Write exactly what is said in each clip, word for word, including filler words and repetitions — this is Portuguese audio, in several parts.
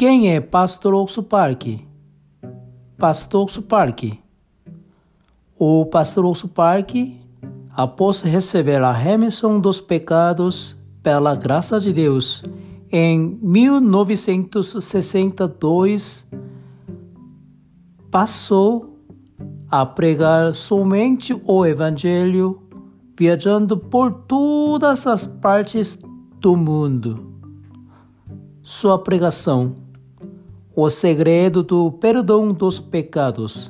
Quem é Pastor Oxo Park? Pastor Oxo Park. O Pastor Oxo Park, após receber a remissão dos pecados pela graça de Deus, em mil novecentos e sessenta e dois, passou a pregar somente o Evangelho, viajando por todas as partes do mundo. Sua pregação: o segredo do perdão dos pecados.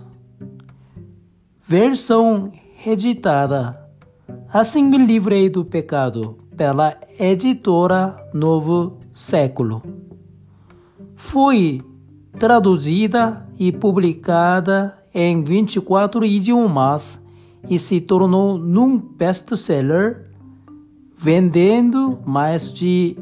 Versão editada: Assim me livrei do pecado, pela editora Novo Século. Foi traduzida e publicada em vinte e quatro idiomas e se tornou num best-seller, vendendo mais de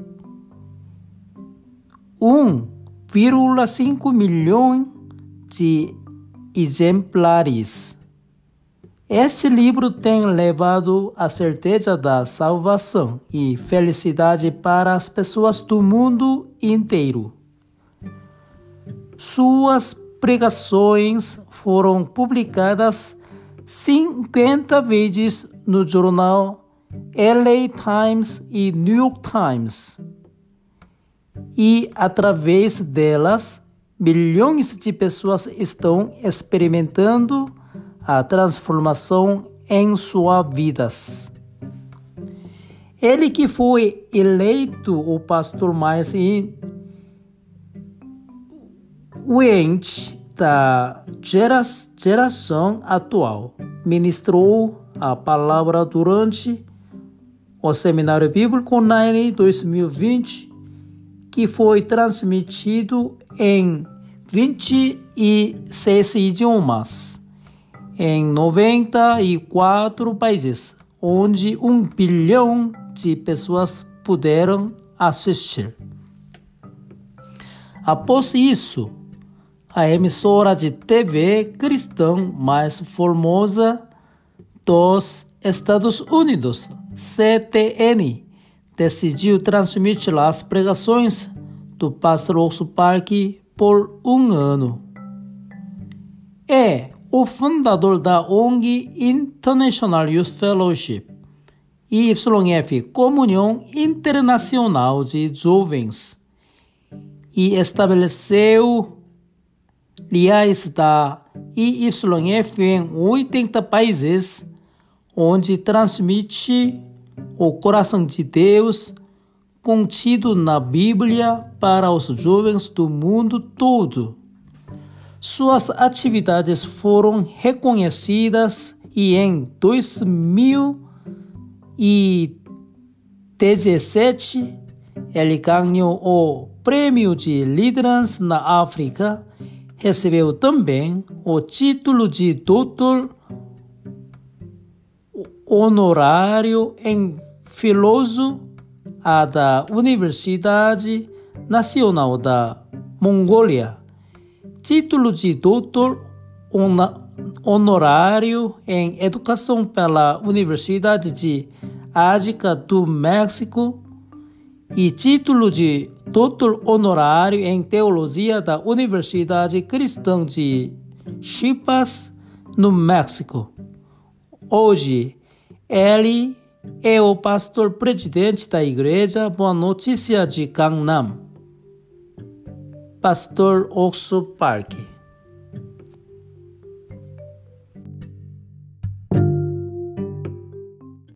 um vírgula cinco milhão de exemplares. Esse livro tem levado a certeza da salvação e felicidade para as pessoas do mundo inteiro. Suas pregações foram publicadas cinquenta vezes no jornal L A Times e New York Times. E, através delas, milhões de pessoas estão experimentando a transformação em suas vidas. Ele que foi eleito o pastor mais influente da gera, geração atual, ministrou a palavra durante o Seminário Bíblico online dois mil e vinte, que foi transmitido em vinte e seis idiomas, em noventa e quatro países, onde um bilhão de pessoas puderam assistir. Após isso, a emissora de T V cristã mais famosa dos Estados Unidos, C T N, decidiu transmitir as pregações do Pastor Oxo Park por um ano. É o fundador da O N G International Youth Fellowship, I Y F, Comunhão Internacional de Jovens, e estabeleceu liais da I Y F em oitenta países, onde transmite o coração de Deus contido na Bíblia para os jovens do mundo todo. Suas atividades foram reconhecidas e em dois mil e dezessete ele ganhou o Prêmio de Liderança na África. Recebeu também o título de doutor honorário em filosofia da Universidade Nacional da Mongólia, título de doutor honorário em educação pela Universidade de Ática do México e título de doutor honorário em teologia da Universidade Cristã de Chiapas, no México. Hoje, ele é o pastor presidente da Igreja Boa Notícia de Gangnam, Pastor Oxo Park.